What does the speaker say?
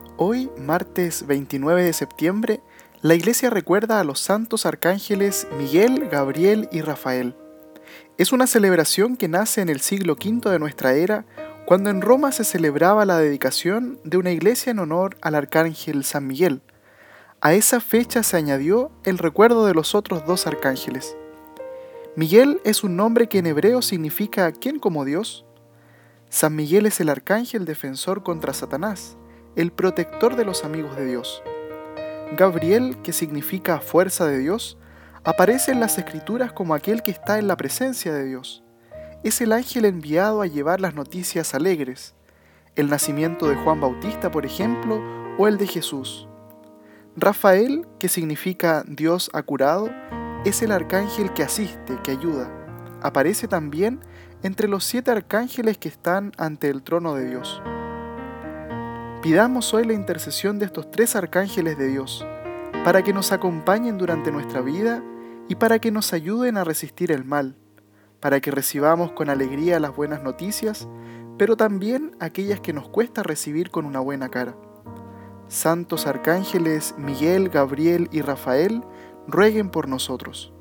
Hoy, martes 29 de septiembre, la Iglesia recuerda a los santos arcángeles Miguel, Gabriel y Rafael. Es una celebración que nace en el siglo V de nuestra era, cuando en Roma se celebraba la dedicación de una iglesia en honor al arcángel San Miguel. A esa fecha se añadió el recuerdo de los otros dos arcángeles. Miguel es un nombre que en hebreo significa ¿quién como Dios? San Miguel es el arcángel defensor contra Satanás, el protector de los amigos de Dios. Gabriel, que significa fuerza de Dios, aparece en las Escrituras como aquel que está en la presencia de Dios. Es el ángel enviado a llevar las noticias alegres, el nacimiento de Juan Bautista, por ejemplo, o el de Jesús. Rafael, que significa Dios ha curado, es el arcángel que asiste, que ayuda. Aparece también entre los 7 arcángeles que están ante el trono de Dios. Pidamos hoy la intercesión de estos 3 arcángeles de Dios, para que nos acompañen durante nuestra vida y para que nos ayuden a resistir el mal, para que recibamos con alegría las buenas noticias, pero también aquellas que nos cuesta recibir con una buena cara. Santos arcángeles Miguel, Gabriel y Rafael, rueguen por nosotros.